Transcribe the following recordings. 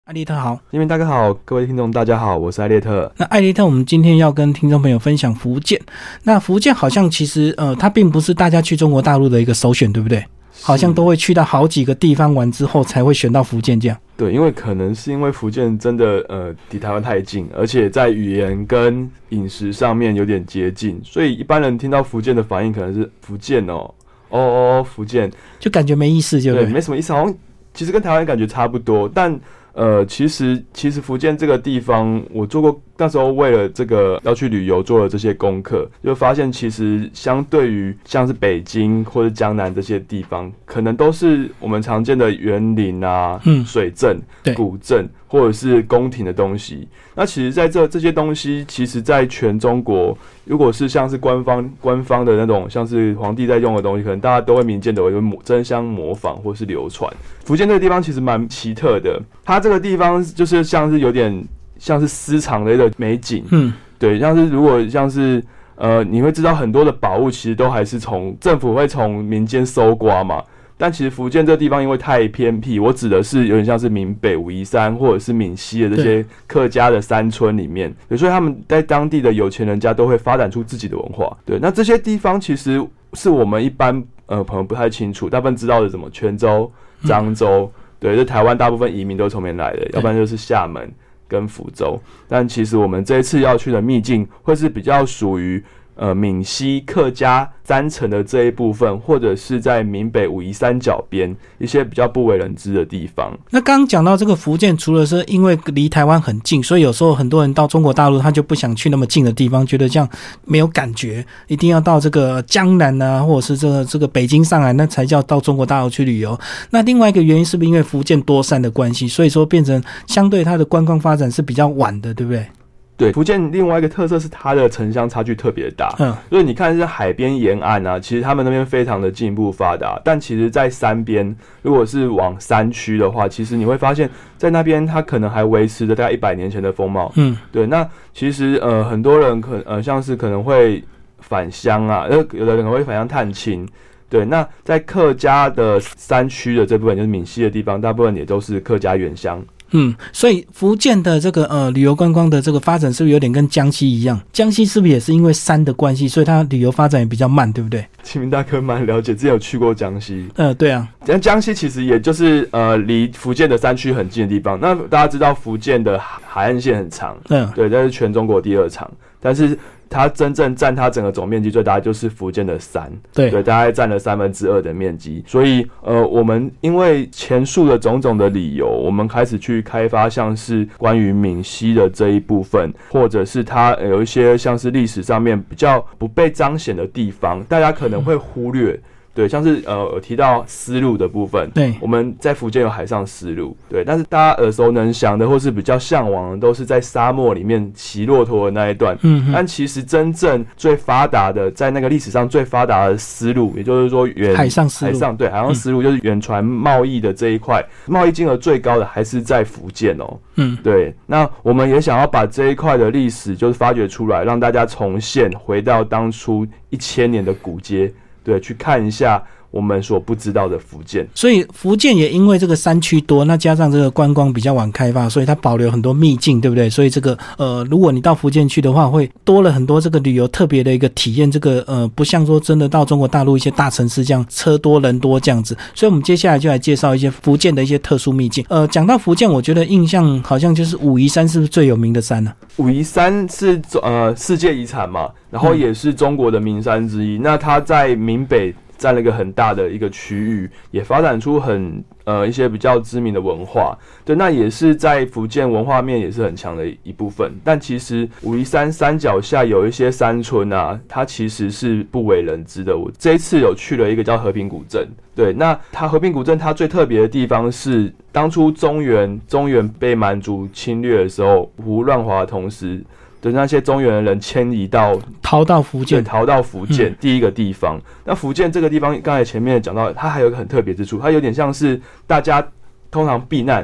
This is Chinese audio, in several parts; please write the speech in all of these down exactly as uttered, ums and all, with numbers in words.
艾利特好， 这边大哥好，各位听众大家好，我是艾利特。 那艾利特，我们今天要跟听众朋友分享福建。那福建好像其实呃，它并不是大家去中国大陆的一个首选，对不对？好像都会去到好几个地方玩之后才会选到福建这样。 对，因为可能是因为福建真的呃离台湾太近，而且在语言跟饮食上面有点接近，所以一般人听到福建的反应可能是福建哦，哦哦福建， 就感觉没意思，对不对？ 对，没什么意思，好像其实跟台湾感觉差不多，但。呃，其实其实福建这个地方，我做过，那时候为了这个要去旅游做了这些功课，就发现其实相对于像是北京或者江南这些地方，可能都是我们常见的园林啊、嗯、水镇、古镇或者是宫廷的东西。那其实在这这些东西，其实在全中国，如果是像是官方官方的那种，像是皇帝在用的东西，可能大家都会民间的会争相模仿或是流传。福建这个地方其实蛮奇特的，它这个地方就是像是有点像是私藏的一个美景，嗯，对，像是如果像是呃，你会知道很多的宝物其实都还是从政府会从民间搜刮嘛。但其实福建这个地方因为太偏僻，我指的是有点像是闽北武夷山或者是闽西的这些客家的山村里面，所以他们在当地的有钱人家都会发展出自己的文化。对，那这些地方其实是我们一般呃朋友不太清楚，大部分知道的什么泉州、漳州，对，这台湾大部分移民都是从那边来的，要不然就是厦门跟福州。但其实我们这一次要去的秘境会是比较属于呃，闽西客家山城的这一部分，或者是在闽北武夷山脚边一些比较不为人知的地方。 那刚刚讲到这个福建，除了是因为离台湾很近，所以有时候很多人到中国大陆他就不想去那么近的地方，觉得这样没有感觉，一定要到这个江南啊，或者是这个这个北京上来，那才叫到中国大陆去旅游。那另外一个原因是不是因为福建多山的关系，所以说变成相对它的观光发展是比较晚的，对不对？ 对，福建另外一个特色是它的城乡差距特别大，嗯，所以你看是海边沿岸啊，其实他们那边非常的进步发达，但其实在山边，如果是往山区的话，其实你会发现在那边它可能还维持着大概一百年前的风貌，嗯，对，那其实呃很多人可呃像是可能会返乡啊，呃有的人可能会返乡探亲。对，那在客家的山区的这部分，就是闽西的地方，大部分也都是客家原乡。 嗯，所以福建的这个呃旅游观光的这个发展是不是有点跟江西一样？江西是不是也是因为山的关系，所以它旅游发展也比较慢，对不对？ 启明大哥蛮了解，之前有去过江西。 呃，对啊， 但江西其实也就是呃离福建的山区很近的地方。那大家知道福建的海岸线很长，嗯，对，这是全中国第二长，但是它真正占它整个总面积最大的就是福建的山，对，对，大概占了三分之二的面积。所以，呃，我们因为前述的种种的理由，我们开始去开发像是关于闽西的这一部分，或者是它有一些像是历史上面比较不被彰显的地方，大家可能会忽略。对，像是呃有提到丝路的部分，对，我们在福建有海上丝路，对，但是大家耳熟能详的或是比较向往的，都是在沙漠里面骑骆驼的那一段，嗯，但其实真正最发达的，在那个历史上最发达的丝路，也就是说远海上丝路， 海上对海上丝路就是远船贸易的这一块，贸易金额最高的还是在福建哦，嗯，对，那我们也想要把这一块的历史就是发掘出来，让大家重现回到当初一千年的古街。对，去看一下我们所不知道的福建。 所以福建也因为这个山区多，那加上这个观光比较晚开发，所以它保留很多秘境，对不对？所以这个呃，如果你到福建去的话，会多了很多这个旅游特别的一个体验。这个呃，不像说真的到中国大陆一些大城市这样车多人多这样子。所以我们接下来就来介绍一些福建的一些特殊秘境。呃，讲到福建，我觉得印象好像就是武夷山，是不是最有名的山呢、啊？ 武夷山是呃世界遗产嘛，然后也是中国的名山之一。嗯、那它在闽北占了一个很大的一个区域，也发展出很呃一些比较知名的文化。对，那也是在福建文化面也是很强的一部分。但其实武夷山山脚下有一些山村啊，它其实是不为人知的。我这一次有去了一个叫和平古镇。对，那它和平古镇它最特别的地方是，当初中原中原被蛮族侵略的时候，五胡乱华的同时。的那些中原的人迁移到逃到福建， 对，逃到福建、嗯、第一个地方。那福建这个地方，刚才前面讲到，它还有一个很特别之处，它有点像是大家通常避难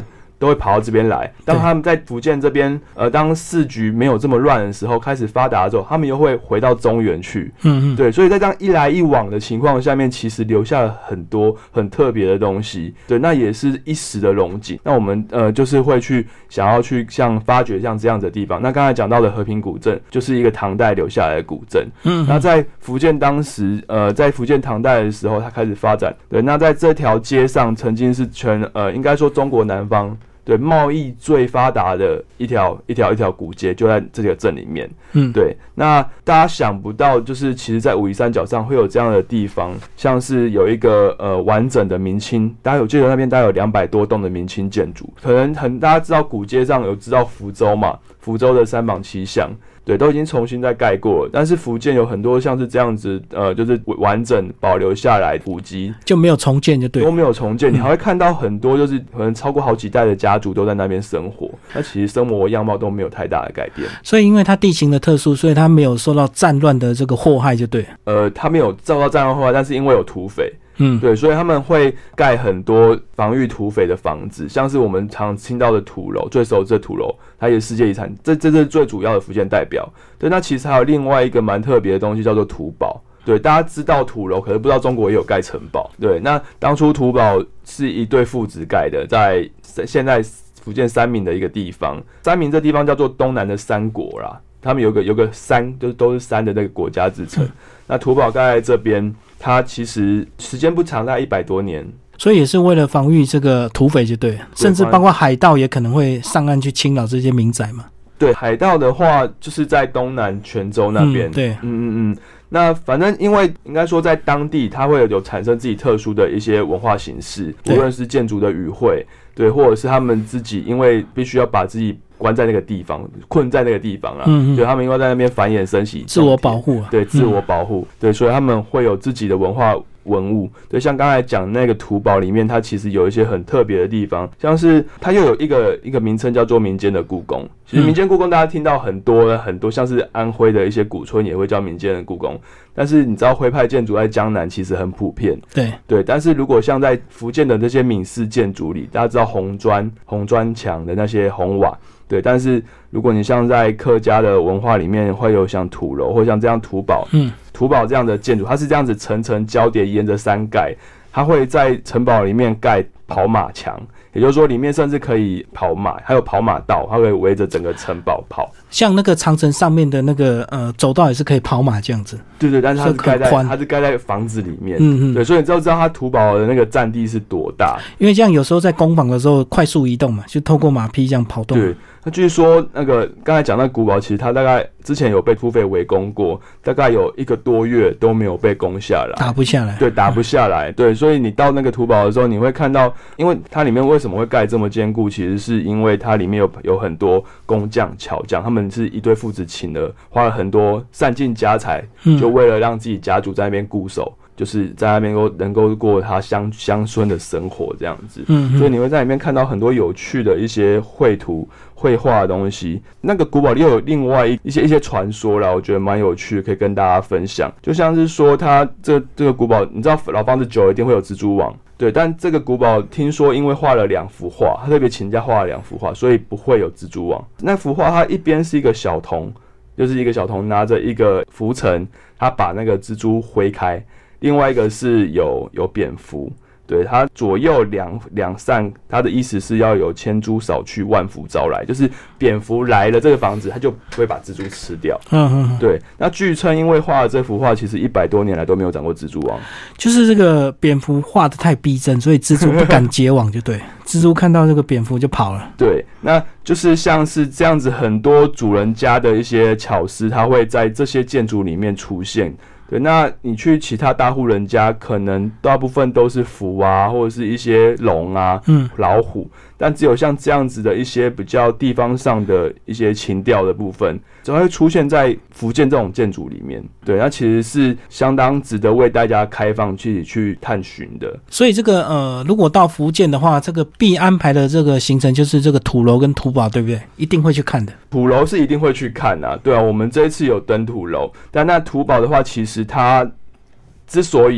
都会跑到这边来。当他们在福建这边，呃，当市局没有这么乱的时候，开始发达之后，他们又会回到中原去。嗯嗯，对，所以在这样一来一往的情况下面，其实留下了很多很特别的东西。对，那也是一时的荣景。那我们呃，就是会去想要去像发掘像这样子的地方。那刚才讲到的和平古镇，就是一个唐代留下来的古镇。嗯，那在福建当时，呃，在福建唐代的时候，它开始发展。对，那在这条街上，曾经是全呃，应该说中国南方对贸易最发达的一条一条一条古街，就在这个镇里面。嗯，对。那大家想不到，就是其实，在武夷山脚上会有这样的地方，像是有一个呃完整的明清，大家有记得那边大概有两百多栋的明清建筑，可能很大家知道古街上有知道福州嘛，福州的三坊七巷。对，都已经重新再盖过了，但是福建有很多像是这样子，呃，就是完整保留下来古迹， 就没有重建，就对了， 都没有重建。你还会看到很多，就是可能超过好几代的家族都在那边生活，那其实生活样貌都没有太大的改变。 所以，因为它地形的特殊，所以它没有受到战乱的这个祸害，就对了。 呃，它没有受到战乱祸害，但是因为有土匪。嗯，对，所以他们会盖很多防御土匪的房子，像是我们常听到的土楼，最熟知的土楼，它也是世界遗产，这这是最主要的福建代表。对，那其实还有另外一个蛮特别的东西，叫做土堡。对，大家知道土楼，可是不知道中国也有盖城堡。对，那当初土堡是一对父子盖的，在现在福建三明的一个地方，三明这地方叫做东南的三国啦。他们有个有个山，就是都是山的那个国家之称。嗯、那土堡盖在这边，它其实时间不长，大概一百多年。 所以也是为了防御这个土匪，就对了，甚至包括海盗也可能会上岸去侵扰这些民宅嘛。 对，海盗的话就是在东南泉州那边。 嗯、对， 嗯嗯嗯。那反正因为应该说在当地，它会有产生自己特殊的一些文化形式，无论是建筑的语汇，对，或者是他们自己因为必须要把自己关在那个地方，困在那个地方啦，嗯嗯，对，他们因为在那边繁衍生息， 自我保护啊， 对，自我保护，嗯、对，所以他们会有自己的文化文物，对，像刚才讲那个土堡里面，它其实有一些很特别的地方，像是它又有一个一个名称叫做民间的故宫。其实民间故宫大家听到很多很多，像是安徽的一些古村也会叫民间的故宫，但是你知道徽派建筑在江南其实很普遍， 对对，但是如果像在福建的这些闽式建筑里，大家知道红砖红砖墙的那些红瓦。对，但是如果你像在客家的文化里面，会有像土楼或像这样土堡，嗯，土堡这样的建筑，它是这样子层层交叠，沿着山盖，它会在城堡里面盖跑马墙，也就是说里面甚至可以跑马，还有跑马道，它可以围着整个城堡跑。 像那个长城上面的那个呃走道也是可以跑马这样子。 对对，但是它是盖在它是盖在房子里面，嗯嗯，对，所以你知道知道它土堡的那个占地是多大？ 因为这样有时候在攻防的时候快速移动嘛，就透过马匹这样跑动。 对。那据说那个刚才讲那古堡，其实它大概之前有被土匪围攻过，大概有一个多月都没有被攻下来， 打不下来。 对，打不下来。对，所以你到那个土堡的时候，你会看到，因为它里面为什么会盖这么坚固，其实是因为它里面有有很多工匠、巧匠，他们是一对父子请了，花了很多散尽家财，就为了让自己家族在那边固守。就是在那边能够过他乡乡村的生活这样子，嗯，所以你会在里面看到很多有趣的一些绘图、绘画的东西。那个古堡里又有另外一些一些传说啦，我觉得蛮有趣的，可以跟大家分享。就像是说，它这这个古堡，你知道老房子久了一定会有蜘蛛网，对，但这个古堡听说因为画了两幅画，他特别请人家画了两幅画，所以不会有蜘蛛网。那幅画它一边是一个小童，就是一个小童拿着一个拂尘，他把那个蜘蛛挥开。另外一个是有有蝙蝠，对，它左右两两扇，它的意思是要有千蛛扫去，万福招来，就是蝙蝠来了这个房子，它就不会把蜘蛛吃掉。嗯嗯，对。那据称，因为画了这幅画，其实一百多年来都没有长过蜘蛛网， 就是这个蝙蝠画得太逼真，所以蜘蛛不敢结网，就对，蜘蛛看到这个蝙蝠就跑了。 对，那就是像是这样子，很多主人家的一些巧思，它会在这些建筑里面出现。对，那你去其他大户人家，可能大部分都是福啊，或者是一些龙啊、嗯、老虎，但只有像这样子的一些比较地方上的一些情调的部分，只会出现在福建这种建筑里面。对，那其实是相当值得为大家开放去去探寻的。 所以这个呃，如果到福建的话，这个必安排的这个行程就是这个土楼跟土堡，对不对？一定会去看的。 土楼是一定会去看啊，对啊，我们这一次有登土楼，但那土堡的话，其实它之所以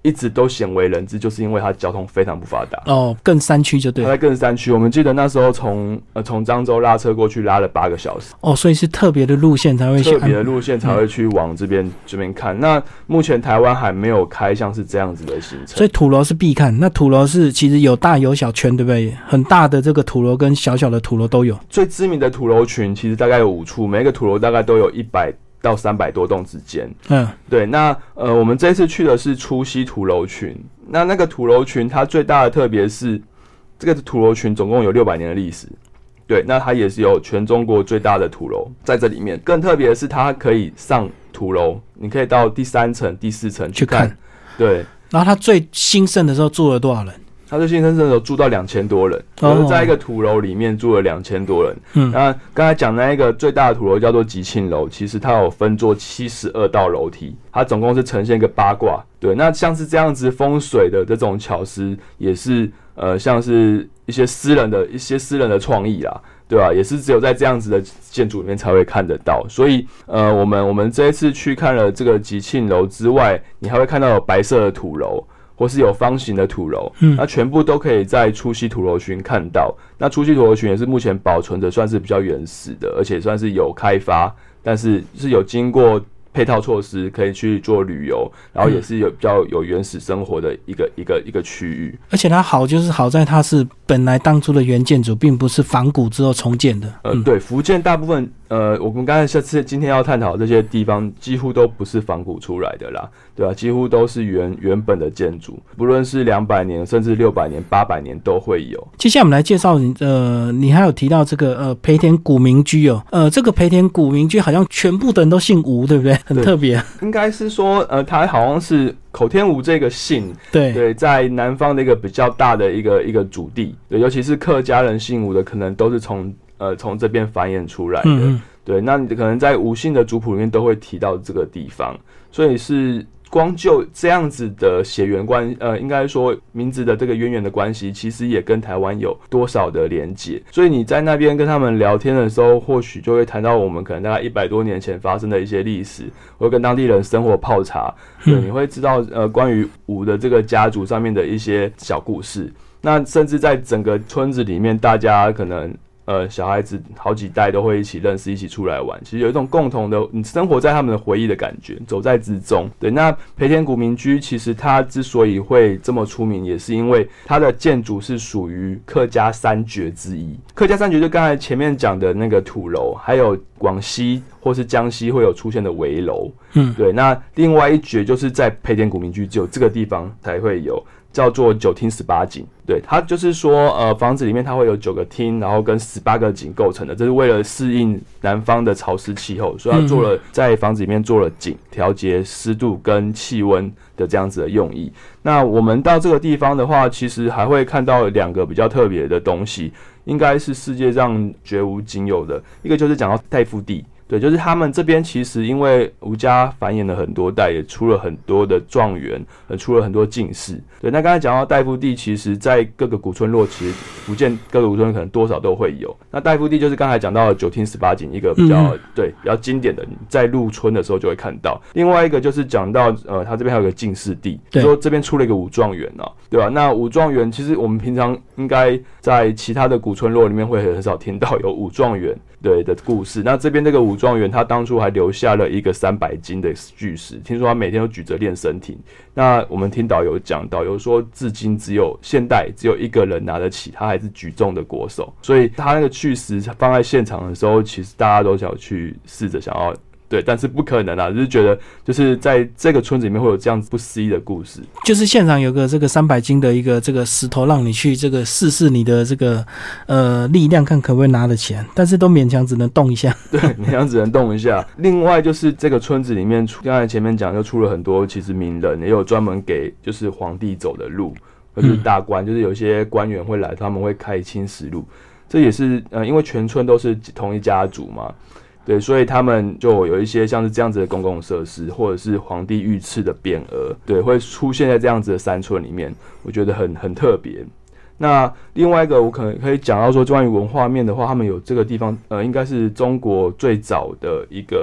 一直都鲜为人知，就是因为它交通非常不发达。 哦，更山区就对了。 它在更山区，我们记得那时候从呃从漳州拉车过去拉了八个小时。 哦，所以是特别的路线才会去特别的路线才会去往这边、嗯、这边看。那目前台湾还没有开像是这样子的行程， 所以土楼是必看。那土楼是其实有大有小圈，对不对？很大的这个土楼跟小小的土楼都有。 最知名的土楼群其实大概有五处，每一个土楼大概都有一百到三百多栋之间。嗯，对。那呃，我们这次去的是初溪土楼群。那那个土楼群它最大的特别是，这个土楼群总共有六百年的历史。对，那它也是有全中国最大的土楼在这里面。更特别的是，它可以上土楼，你可以到第三层、第四层去看。对。 然后它最兴盛的时候住了多少人？ 它最兴盛的时候住到两千多人，就是、在一个土楼里面住了两千多人。嗯，那刚才讲那一个最大的土楼叫做吉庆楼，其实它有分作七十二道楼梯，它总共是呈现一个八卦。对，那像是这样子风水的这种巧思，也是呃像是一些私人的一些私人的创意啦。对吧、啊？也是只有在这样子的建筑里面才会看得到，所以呃，我们我们这一次去看了这个吉庆楼之外，你还会看到有白色的土楼，或是有方形的土楼，嗯，那全部都可以在初溪土楼群看到。那初溪土楼群也是目前保存的算是比较原始的，而且算是有开发，但是是有经过配套措施可以去做旅游，然后也是有比较有原始生活的一个一个一个区域。 而且它好就是好在它是本来当初的原建筑，并不是仿古之后重建的。 呃，对，福建大部分呃，我们刚才下次今天要探讨的这些地方，几乎都不是仿古出来的啦，对吧、啊？几乎都是原原本的建筑，不论是两百年，甚至六百年、八百年都会有。 接下来我们来介绍，呃，你还有提到这个呃培田古民居哦，呃，这个培田古民居好像全部的人都姓吴，对不对？很特别。 应该是说，呃，他好像是口天吴这个姓， 对对，在南方的一个比较大的一个一个主地，对，尤其是客家人姓吴的，可能都是从呃从这边繁衍出来的。嗯嗯对，那你可能在吴姓的族谱里面都会提到这个地方，所以是光就这样子的血缘关，呃，应该说名字的这个渊源的关系，其实也跟台湾有多少的连结。所以你在那边跟他们聊天的时候，或许就会谈到我们可能大概一百多年前发生的一些历史，或跟当地人生活泡茶，对，你会知道呃关于吴的这个家族上面的一些小故事。那甚至在整个村子里面，大家可能。呃，小孩子好几代都会一起认识，一起出来玩，其实有一种共同的，你生活在他们的回忆的感觉，走在之中。对，那培田古民居其实它之所以会这么出名，也是因为它的建筑是属于客家三绝之一。客家三绝就刚才前面讲的那个土楼，还有广西或是江西会有出现的围楼。嗯，对。那另外一绝就是在培田古民居，只有这个地方才会有。叫做九厅十八井，对，它就是说，呃，房子里面它会有九个厅，然后跟十八个井构成的，这是为了适应南方的潮湿气候，所以它做了在房子里面做了井，调节湿度跟气温的这样子的用意。那我们到这个地方的话，其实还会看到两个比较特别的东西，应该是世界上绝无仅有的，一个就是讲到代父地。对，就是他们这边其实因为吴家繁衍了很多代，也出了很多的状元，呃，出了很多进士。对，那刚才讲到代父地，其实在各个古村落，其实福建各个古村可能多少都会有。那代父地就是刚才讲到的九厅十八井，一个比较、嗯、对比较经典的，你在入村的时候就会看到。另外一个就是讲到呃，他这边还有个进士地，就说这边出了一个武状元啊，对吧？那武状元其实我们平常应该在其他的古村落里面会很少听到有武状元。对的故事，那这边这个武状元，他当初还留下了一个三百斤的巨石，听说他每天都举着练身体。那我们听导游讲，导游说，至今只有现代只有一个人拿得起，他还是举重的国手，所以他那个巨石放在现场的时候，其实大家都想去试着想要。对，但是不可能啊！就是觉得，就是在这个村子里面会有这样子不思议的故事。 就是现场有个这个三百斤的一个这个石头，让你去这个试试你的这个呃力量，看可不可以拿得起来，但是都勉强只能动一下。 对，勉强只能动一下。另外就是这个村子里面，刚才前面讲就出了很多其实名人，也有专门给就是皇帝走的路，就是大官，嗯、就是有些官员会来，他们会开青石路。这也是呃，因为全村都是同一家族嘛。对，所以他们就有一些像是这样子的公共设施，或者是皇帝御赐的匾额，对，会出现在这样子的山村里面，我觉得很很特别。那另外一个我可能可以讲到说，关于文化面的话，他们有这个地方，呃，应该是中国最早的一个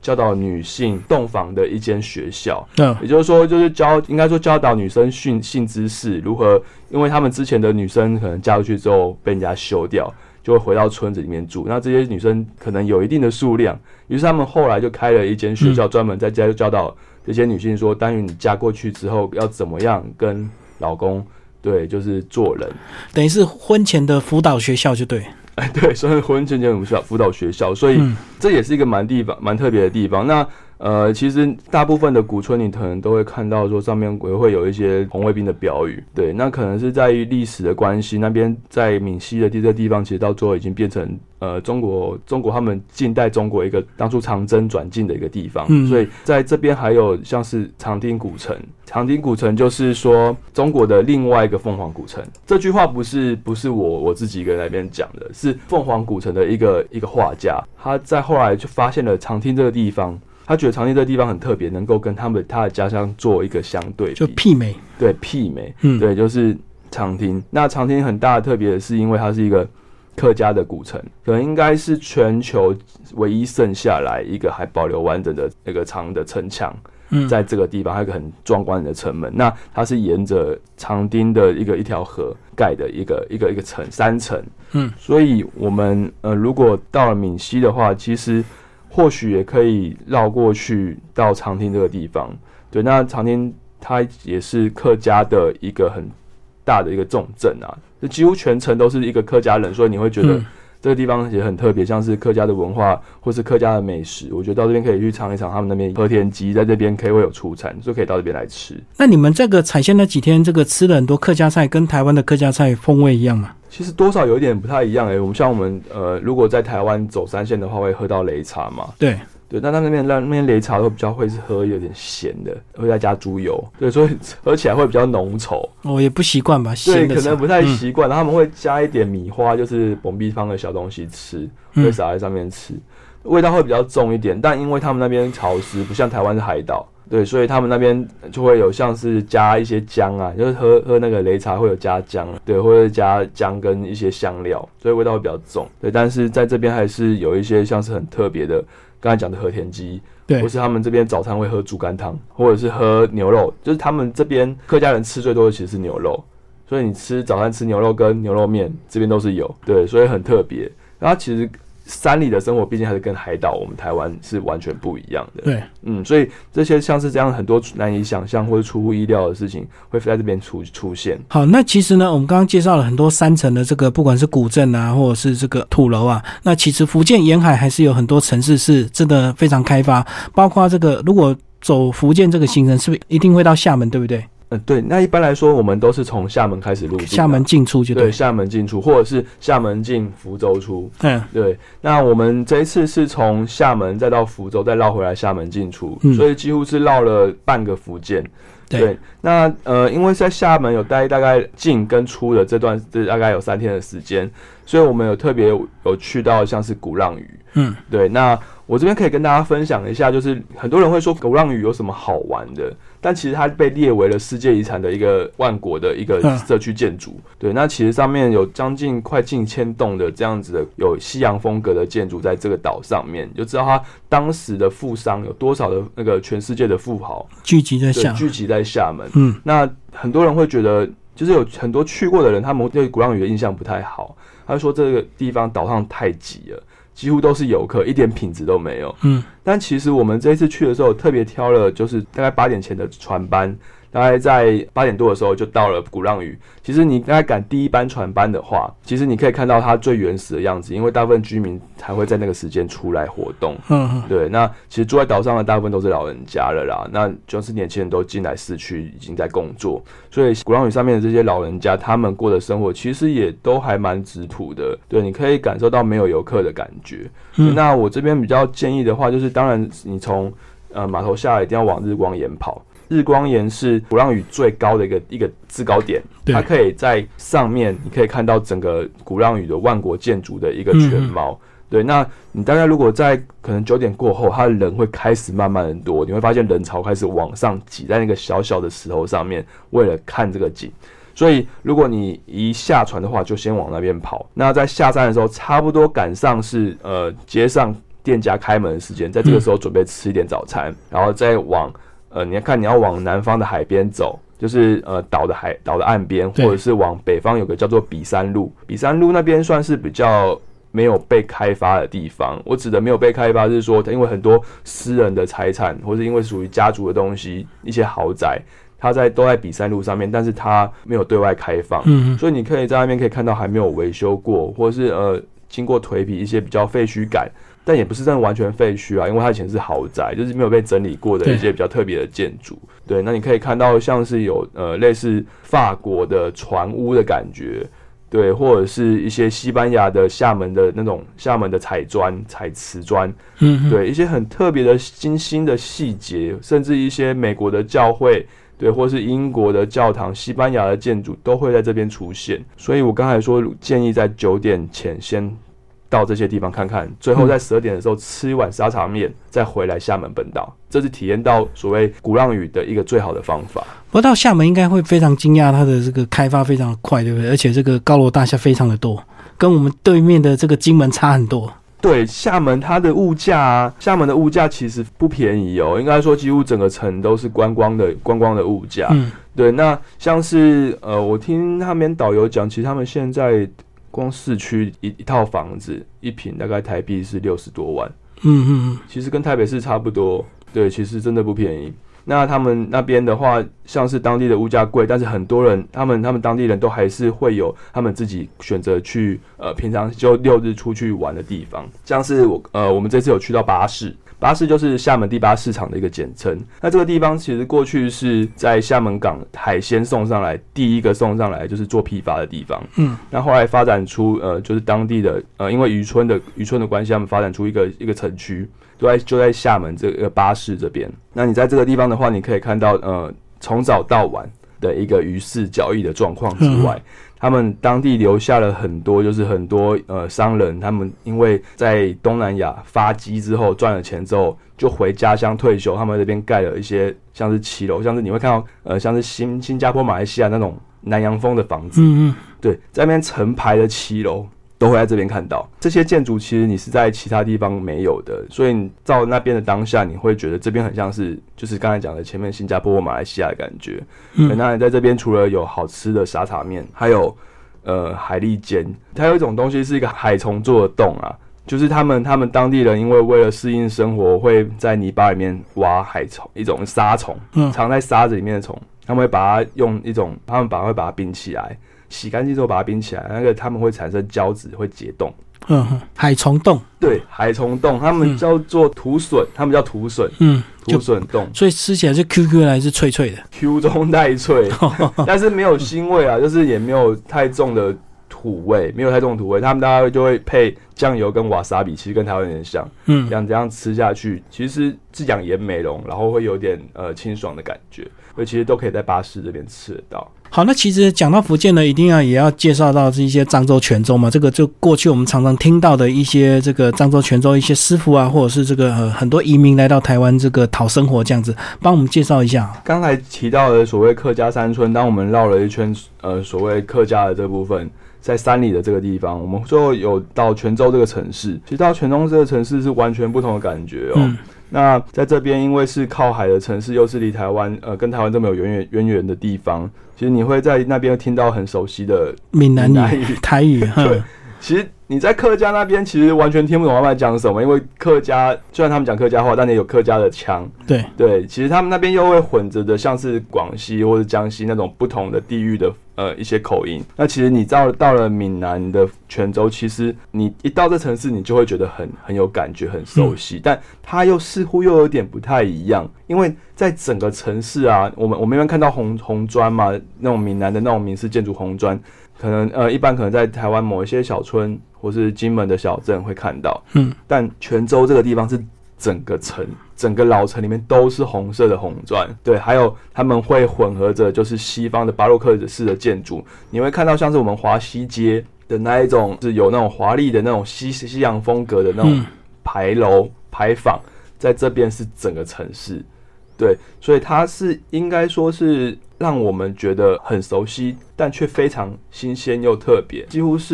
教导女性洞房的一间学校。 嗯， 也就是说，就是教应该说教导女生性性知识，如何，因为他们之前的女生可能嫁出去之后被人家休掉，就会回到村子里面住。那这些女生可能有一定的数量，于是他们后来就开了一间学校，专门在家教导这些女性说，当你嫁过去之后要怎么样跟老公。对，就是做人， 等于是婚前的辅导学校就对。 哎，对，算是婚前的辅导学校，所以这也是一个蛮地方、蛮特别的地方。那呃，其实大部分的古村你可能都会看到说上面也会有一些红卫兵的标语，对，那可能是在于历史的关系，那边在闽西的这个地方，其实到最后已经变成呃中国中国他们近代中国一个当初长征转进的一个地方，嗯，所以在这边还有像是长汀古城，长汀古城就是说中国的另外一个凤凰古城。这句话不是不是我我自己一个人在那边讲的，是凤凰古城的一个一个画家，他在后来就发现了长汀这个地方。他觉得长汀这个地方很特别，能够跟他们他的家乡做一个相对比， 就媲美， 对，媲美，嗯，对，就是长汀。那长汀很大的特别是因为它是一个客家的古城，可能应该是全球唯一剩下来一个还保留完整的那个长的城墙。嗯，在这个地方还有一个很壮观的城门，那它是沿着长汀的一个一条河盖的一个一个一个城山城。嗯，所以我们呃如果到了闽西的话，其实。或许也可以绕过去到长汀这个地方，对，那长汀它也是客家的一个很大的一个重镇啊，就几乎全城都是一个客家人，所以你会觉得这个地方也很特别，像是客家的文化或是客家的美食，我觉得到这边可以去尝一尝他们那边和田鸡在这边可以会有出产，所以可以到这边来吃。 那你们这个采线那几天，这个吃了很多客家菜，跟台湾的客家菜风味一样吗？ 其实多少有一点不太一样诶、欸。我们像我们呃，如果在台湾走三线的话，会喝到擂茶嘛。 对对，但他那边那边擂茶都比较会是喝有点咸的，会再加猪油，对，所以喝起来会比较浓稠。 我、哦、也不习惯吧，咸的对，可能不太习惯。然后他们会加一点米花，就是蹦逼方的小东西吃，会撒在上面吃，嗯、味道会比较重一点。但因为他们那边潮湿，不像台湾是海岛。对，所以他们那边就会有像是加一些姜啊，就是喝喝那个擂茶会有加姜，对，或者加姜跟一些香料，所以味道会比较重。对，但是在这边还是有一些像是很特别的，刚才讲的和田鸡，对，或是他们这边早餐会喝猪肝汤，或者是喝牛肉，就是他们这边客家人吃最多的其实是牛肉，所以你吃早餐吃牛肉跟牛肉面，这边都是有，对，所以很特别。然后其实。山里的生活毕竟还是跟海岛我们台湾是完全不一样的， 对， 嗯，所以这些像是这样很多难以想象或者出乎意料的事情会在这边出出现。 好，那其实呢，我们刚刚介绍了很多山城的这个，不管是古镇啊，或者是这个土楼啊，那其实福建沿海还是有很多城市是真的非常开发，包括这个如果走福建这个行程，是不是一定会到厦门，对不对？ 嗯，对，那一般来说，我们都是从厦门开始入境， 厦门进出就对， 对，厦门进出，或者是厦门进福州出。嗯，对。那我们这一次是从厦门再到福州，再绕回来厦门进出，嗯、所以几乎是绕了半个福建。对，对那呃，因为在厦门有待大概进跟出的这段，这大概有三天的时间，所以我们有特别 有, 有去到像是鼓浪屿。嗯，对。那我这边可以跟大家分享一下，就是很多人会说鼓浪屿有什么好玩的，但其实它被列为了世界遗产的一个万国的一个社区建筑。嗯、对，那其实上面有将近快近千栋的这样子的有西洋风格的建筑在这个岛上面，你就知道它当时的富商有多少的那个全世界的富豪聚集在厦门， 聚集在厦门。嗯，那很多人会觉得，就是有很多去过的人，他们对鼓浪屿的印象不太好，他说这个地方岛上太挤了。几乎都是游客，一点品质都没有。嗯，但其实我们这一次去的时候，特别挑了就是大概八点前的船班，大概在八点多的时候就到了鼓浪屿。其实你大概赶第一班船班的话，其实你可以看到它最原始的样子，因为大部分居民才会在那个时间出来活动。嗯，对。那其实住在岛上的大部分都是老人家了啦，那就是年轻人都进来市区已经在工作，所以鼓浪屿上面的这些老人家，他们过的生活其实也都还蛮质朴的。对，你可以感受到没有游客的感觉。嗯，那我这边比较建议的话，就是当然你从呃码头下来一定要往日光岩跑。日光岩是鼓浪屿最高的一个一个制高点，它可以在上面，你可以看到整个鼓浪屿的万国建筑的一个全貌。嗯、对，那你大概如果在可能九点过后，它的人会开始慢慢的多，你会发现人潮开始往上挤在那个小小的石头上面，为了看这个景。所以如果你一下船的话，就先往那边跑。那在下山的时候，差不多赶上是呃街上店家开门的时间，在这个时候准备吃一点早餐，嗯、然后再往呃，你要看你要往南方的海边走。就是呃岛的海岛的岸边，或者是往北方有个叫做比山路，比山路那边算是比较没有被开发的地方。我指的没有被开发，是说因为很多私人的财产，或是因为属于家族的东西，一些豪宅，它在都在比山路上面，但是它没有对外开放，嗯，所以你可以在那边可以看到还没有维修过，或者是呃经过颓圮一些比较废墟感。但也不是真的完全废墟啊，因为它以前是豪宅，就是没有被整理过的一些比较特别的建筑。对，那你可以看到像是有呃类似法国的船屋的感觉，对，或者是一些西班牙的厦门的那种厦门的彩砖、彩瓷砖，嗯，对，一些很特别的精心的细节，甚至一些美国的教会。对，或是英国的教堂、西班牙的建筑都会在这边出现。所以我刚才说建议在九点前先到这些地方看看，最后在十二点的时候吃一碗沙茶面，再回来厦门本岛，这是体验到所谓鼓浪屿的一个最好的方法。 不过到厦门应该会非常惊讶，它的这个开发非常的快，对不对？而且这个高楼大厦非常的多，跟我们对面的这个金门差很多。 对，厦门它的物价啊，厦门的物价其实不便宜哦，应该说几乎整个城都是观光的观光的物价。嗯，对，那像是呃，我听他们导游讲，其实他们现在光市区 一, 一套房子一坪大概台币是六十多万，嗯嗯嗯，其实跟台北市差不多，对，其实真的不便宜。那他们那边的话，像是当地的物价贵，但是很多人，他们他们当地人都还是会有他们自己选择去呃平常就六日出去玩的地方，像是我呃我们这次有去到巴士。巴士就是厦门第八市场的一个简称。那这个地方其实过去是在厦门港海鲜送上来，第一个送上来就是做批发的地方。嗯，那后来发展出呃，就是当地的呃，因为渔村的渔村的关系，他们发展出一个一个城区，就在就在厦门这个巴士这边。那你在这个地方的话，你可以看到呃，从早到晚的一个鱼市交易的状况之外。嗯，他们当地留下了很多，就是很多呃商人，他们因为在东南亚发迹之后赚了钱之后，就回家乡退休。他们这边盖了一些像是骑楼，像是你会看到呃像是新新加坡、马来西亚那种南洋风的房子，嗯嗯，对，在那边成排的骑楼都会在这边看到。这些建筑其实你是在其他地方没有的，所以你到那边的当下，你会觉得这边很像是就是刚才讲的前面新加坡或马来西亚的感觉。嗯，那你在这边除了有好吃的沙茶面，还有呃海蛎煎，它有一种东西是一个海虫做的洞啊，就是他们他们当地人因为为了适应生活，会在泥巴里面挖海虫，一种沙虫，嗯，藏在沙子里面的虫，他们会把它用一种，他们把它会把它冰起来。洗干净之后把它冰起来，那个它们会产生胶质，会结冻。 嗯，海虫洞。对， 海虫洞，他们叫做土笋，他们叫土笋。嗯，土笋冻， 所以吃起来是 Q Q 的还是脆脆的 ？Q 中带脆，但是没有腥味啊，就是也没有太重的土味，没有太重的土味。他们大概就会配酱油跟瓦萨比，其实跟台湾有点像。嗯，这样这样吃下去，其实是养颜美容，然后会有点呃清爽的感觉，所以其实都可以在巴士这边吃得到。 好，那其实讲到福建呢，一定要也要介绍到这一些漳州、泉州嘛。这个就过去我们常常听到的一些这个漳州、泉州一些师傅啊，或者是这个、呃、很多移民来到台湾这个讨生活这样子，帮我们介绍一下。 刚才提到的所谓客家山村，当我们绕了一圈，呃，所谓客家的这部分，在山里的这个地方，我们最后有到泉州这个城市。其实到泉州这个城市是完全不同的感觉哦。嗯，那在这边，因为是靠海的城市，又是离台湾呃跟台湾这么有渊源渊源的地方，其实你会在那边听到很熟悉的闽南语、台语。 对，其实你在客家那边其实完全听不懂他们在讲什么，因为客家虽然他们讲客家话，但也有客家的腔。对对，其实他们那边又会混着的，像是广西或者江西那种不同的地域的呃一些口音。那其实你到到了闽南的泉州，其实你一到这城市，你就会觉得很很有感觉，很熟悉，嗯，但它又似乎又有点不太一样，因为在整个城市啊，我们我们一般看到红红砖嘛，那种闽南的那种民式建筑红砖。可能呃，一般可能在台湾某一些小村或是金门的小镇会看到，嗯，但泉州这个地方是整个城，整个老城里面都是红色的红砖，对，还有他们会混合着就是西方的巴洛克式的建筑，你会看到像是我们华西街的那一种，是有那种华丽的那种西西洋风格的那种牌楼牌坊，在这边是整个城市。对，所以它是应该说是让我们觉得很熟悉，但却非常新鲜又特别，几乎是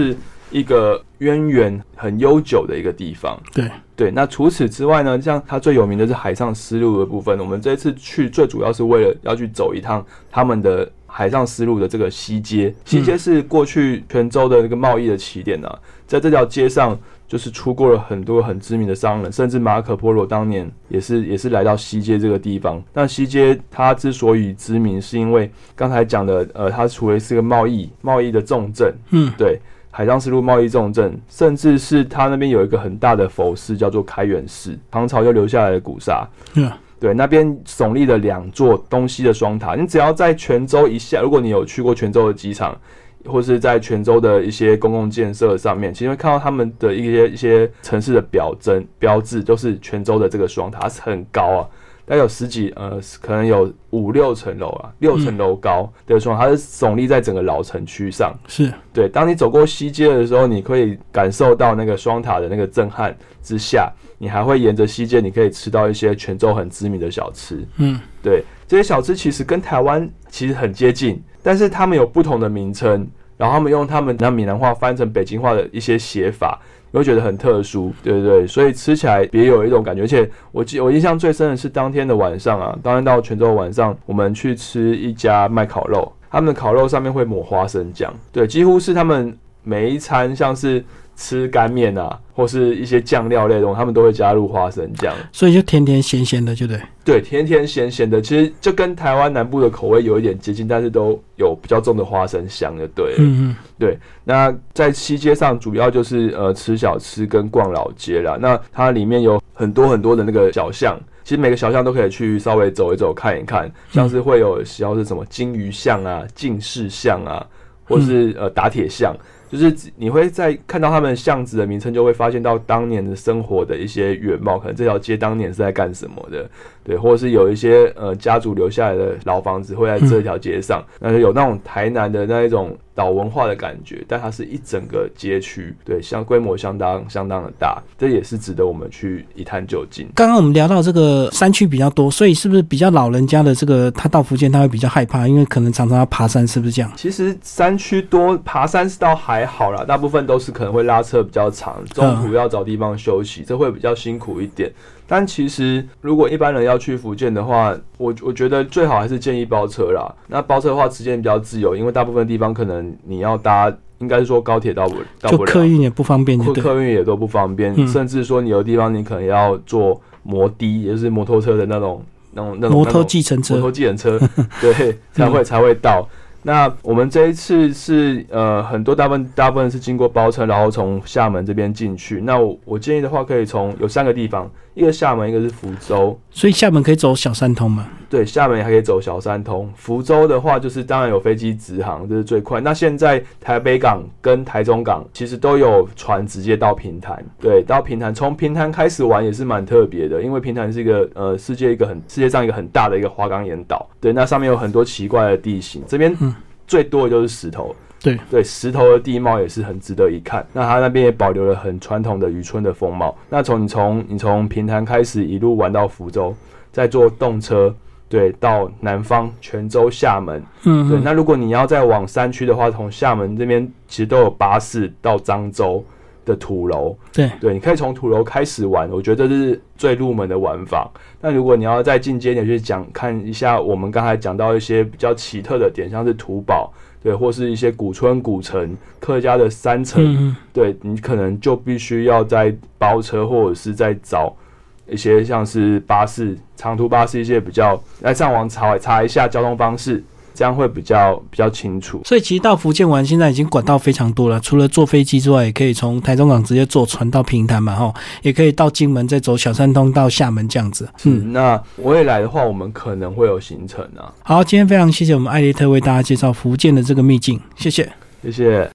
一个渊源很悠久的一个地方。 对对，那除此之外呢，像它最有名的是海上丝路的部分，我们这次去最主要是为了要去走一趟他们的海上丝路的这个西街。西街是过去泉州的那个贸易的起点啊，在这条街上就是出过了很多很知名的商人，甚至马可波罗当年也是也是来到西街这个地方。那西街它之所以知名，是因为刚才讲的，呃，它除了是个贸易贸易的重镇，嗯，对，海上丝路贸易重镇，甚至是它那边有一个很大的佛寺，叫做开元寺，唐朝就留下来的古刹。嗯，对，那边耸立了两座东西的双塔。你只要在泉州一下，如果你有去过泉州的机场，或是在泉州的一些公共建设上面，其实会看到他们的一些一些城市的表征标志，都是泉州的这个双塔，它是很高啊，大概有十几呃，可能有五六层楼啊，六层楼高的双塔，它是耸立在整个老城区上。是对，当你走过西街的时候，你可以感受到那个双塔的那个震撼之下，你还会沿着西街，你可以吃到一些泉州很知名的小吃。嗯，对，这些小吃其实跟台湾其实很接近。但是他们有不同的名称，然后他们用他们那闽南话翻成北京话的一些写法，你会觉得很特殊，对不对？所以吃起来别有一种感觉。而且我记我印象最深的是当天的晚上啊，当天到泉州的晚上，我们去吃一家卖烤肉，他们的烤肉上面会抹花生酱，对，几乎是他们每一餐像是吃干面啊，或是一些酱料类的东西，他们都会加入花生酱， 所以就甜甜咸咸的，就对。 对，甜甜咸咸的，其实就跟台湾南部的口味有一点接近，但是都有比较重的花生香的，对。嗯嗯。对，那在西街上主要就是呃吃小吃跟逛老街啦。那它里面有很多很多的那个小巷，其实每个小巷都可以去稍微走一走看一看，像是会有像是什么金鱼巷啊、进士巷啊，或是呃打铁巷。就是你会在看到他们巷子的名称，就会发现到当年的生活的一些原貌，可能这条街当年是在干什么的，对，或者是有一些呃家族留下来的老房子会在这条街上，那有那种台南的那一种老文化的感觉，但它是一整个街区，对，相规模相当相当的大，这也是值得我们去一探究竟。 刚刚我们聊到这个山区比较多，所以是不是比较老人家的这个他到福建他会比较害怕，因为可能常常要爬山，是不是这样？ 其实山区多，爬山是倒还好啦，大部分都是可能会拉车比较长，中途要找地方休息，这会比较辛苦一点。但其实如果一般人要去福建的话，我我觉得最好还是建议包车啦。那包车的话时间比较自由，因为大部分地方可能你要搭，应该是说高铁到不到不了， 就客运也不方便就对， 客运也都不方便、嗯、甚至说你有的地方你可能要坐摩的，也就是摩托车的那种那种那种摩托计程车， 摩托计程车对才会才会到。那我们这一次是呃很多大部分大部分是经过包车，然后从厦门这边进去。那 我, 我建议的话，可以从有三个地方，一个厦门，一个是福州。 所以厦门可以走小三通吗？ 对，厦门还可以走小三通。福州的话，就是当然有飞机直航，这是最快。那现在台北港跟台中港其实都有船直接到平潭，对，到平潭，从平潭开始玩也是蛮特别的，因为平潭是一个呃世界一个很世界上一个很大的一个花岗岩岛，对，那上面有很多奇怪的地形，这边最多的就是石头。对对，石头的地貌也是很值得一看。那它那边也保留了很传统的渔村的风貌。那从你从你从平潭开始一路玩到福州，再坐动车，对，到南方泉州、厦门。嗯，对。那如果你要再往山区的话，从厦门这边其实都有巴士到漳州的土楼。对对，你可以从土楼开始玩，我觉得这是最入门的玩法。那如果你要再进阶一点去讲看一下，我们刚才讲到一些比较奇特的点，像是土堡。对，或是一些古村古城、客家的山城，嗯、对你可能就必须要在包车，或者是在找一些像是巴士、长途巴士一些比较，来上网查查一下交通方式，这样会比较比较清楚。 所以其实到福建玩，现在已经管道非常多了，除了坐飞机之外，也可以从台中港直接坐船到平潭嘛，吼，也可以到金门再走小三通到厦门这样子。 嗯，那未来的话，我们可能会有行程啊。 好，今天非常谢谢我们艾雷特为大家介绍福建的这个秘境，谢谢， 谢谢。